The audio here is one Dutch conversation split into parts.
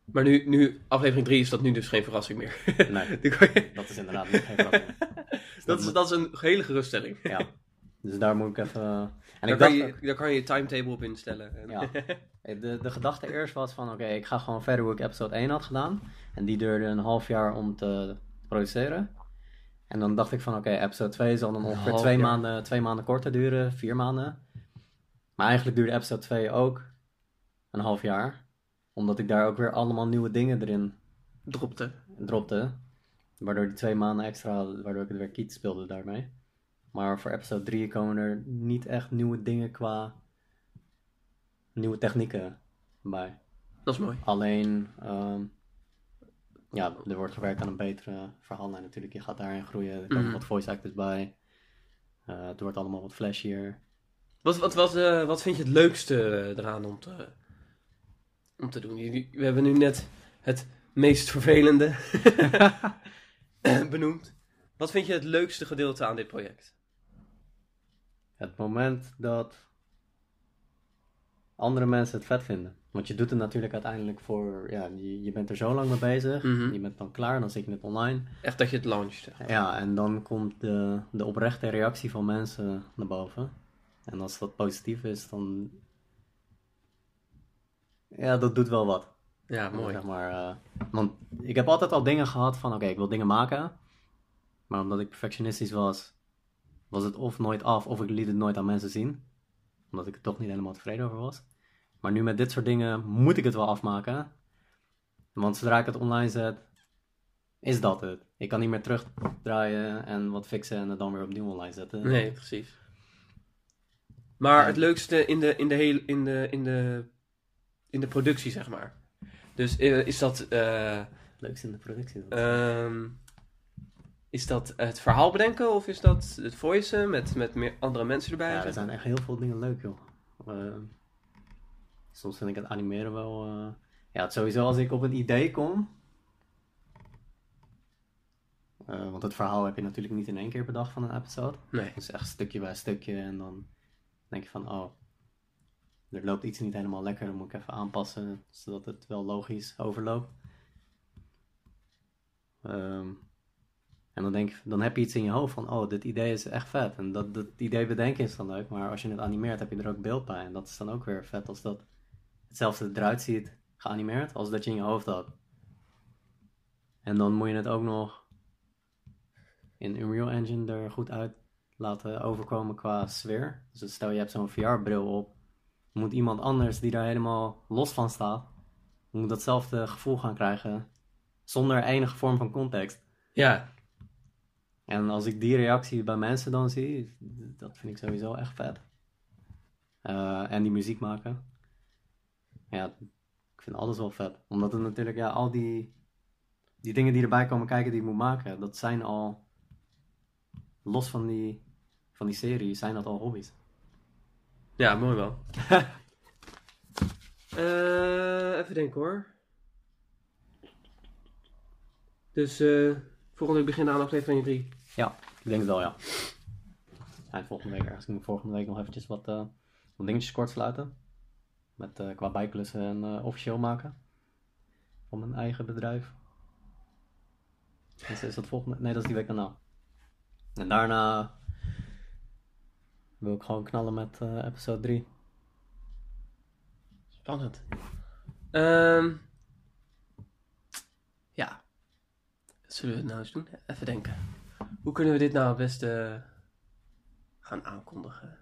Maar nu, aflevering 3 is dat nu dus geen verrassing meer. Nee, Nu kan je- dat is inderdaad niet geen verrassing. Dus dat is een hele geruststelling. Ja, dus daar moet ik even... En Daar ik kan, dacht je, ook, daar kan je timetable op instellen. En- ja, de gedachte eerst was van, oké, ik ga gewoon verder hoe ik episode 1 had gedaan. En die duurde een half jaar om te produceren. En dan dacht ik van, oké, episode 2 zal dan ongeveer half 2 jaar. maanden korter duren, 4 maanden. Maar eigenlijk duurde episode 2 ook een half jaar. Omdat ik daar ook weer allemaal nieuwe dingen erin Dropte. dropte. Waardoor die 2 maanden extra, waardoor ik het weer kiet speelde daarmee. Maar voor episode 3 komen er niet echt nieuwe dingen qua nieuwe technieken bij. Dat is mooi. Alleen, ja, er wordt gewerkt aan een betere verhaallijn natuurlijk. Je gaat daarin groeien, er komen wat voice actors bij. Het wordt allemaal wat flashier. Wat vind je het leukste eraan om te doen? We hebben nu net het meest vervelende benoemd. Wat vind je het leukste gedeelte aan dit project? Het moment dat andere mensen het vet vinden. Want je doet het natuurlijk uiteindelijk voor, ja, je bent er zo lang mee bezig. Mhm. Je bent dan klaar, dan zit je het online. Echt dat je het launcht. Ja, en dan komt de oprechte reactie van mensen naar boven. En als dat positief is, dan... Ja, dat doet wel wat. Ja, mooi. Zeg maar, want ik heb altijd al dingen gehad van, oké, ik wil dingen maken. Maar omdat ik perfectionistisch was, was het of nooit af, of ik liet het nooit aan mensen zien. Omdat ik er toch niet helemaal tevreden over was. Maar nu met dit soort dingen moet ik het wel afmaken. Want zodra ik het online zet, is dat het. Ik kan niet meer terugdraaien en wat fixen en het dan weer opnieuw online zetten. Nee, precies. Maar Ja. het leukste in de productie, zeg maar. Dus is dat... Leukst in de productie. is dat het verhaal bedenken of is dat het voicen met meer andere mensen erbij? Ja, er zijn echt heel veel dingen leuk, joh. Soms vind ik het animeren wel... Ja, het sowieso als ik op een idee kom... want het verhaal heb je natuurlijk niet in één keer bedacht van een episode. Nee. Dus echt stukje bij stukje en dan denk je van... Oh, er loopt iets niet helemaal lekker, dan moet ik even aanpassen... zodat het wel logisch overloopt. En dan heb je iets in je hoofd van, oh, dit idee is echt vet. En dat idee bedenken is dan leuk, maar als je het animeert heb je er ook beeld bij. En dat is dan ook weer vet als dat hetzelfde eruit ziet geanimeerd als dat je in je hoofd had. En dan moet je het ook nog in Unreal Engine er goed uit laten overkomen qua sfeer. Dus stel je hebt zo'n VR-bril op, moet iemand anders die daar helemaal los van staat, moet datzelfde gevoel gaan krijgen zonder enige vorm van context. Ja. En als ik die reactie bij mensen dan zie, dat vind ik sowieso echt vet. En die muziek maken. Ja, ik vind alles wel vet. Omdat het natuurlijk, ja, al die dingen die erbij komen kijken die ik moet maken, dat zijn al, los van die serie, zijn dat al hobby's. Ja, mooi wel. Even denken hoor. Dus volgende week beginnen aan aflevering 3. Ja, ik denk het wel, ja. Eind volgende week ergens. Ik moet volgende week nog eventjes wat dingetjes kort sluiten. Met qua bijklussen en officieel maken. Van mijn eigen bedrijf. Dus is dat volgende? Nee, dat is die week daarna. En daarna wil ik gewoon knallen met episode 3. Spannend. Ja. Wat zullen we nou eens doen? Even denken. Hoe kunnen we dit nou het beste gaan aankondigen?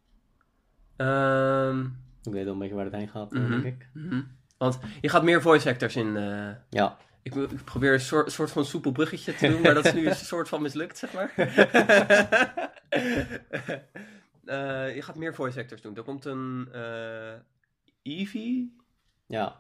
Ik weet al een beetje waar het heen gaat, Mhm. denk ik. Mhm. Want je gaat meer voice actors in. Ja. Ik probeer een soort van soepel bruggetje te doen, maar dat is nu een soort van mislukt, zeg maar. Je gaat meer voice actors doen. Er komt een Eevee. Ja,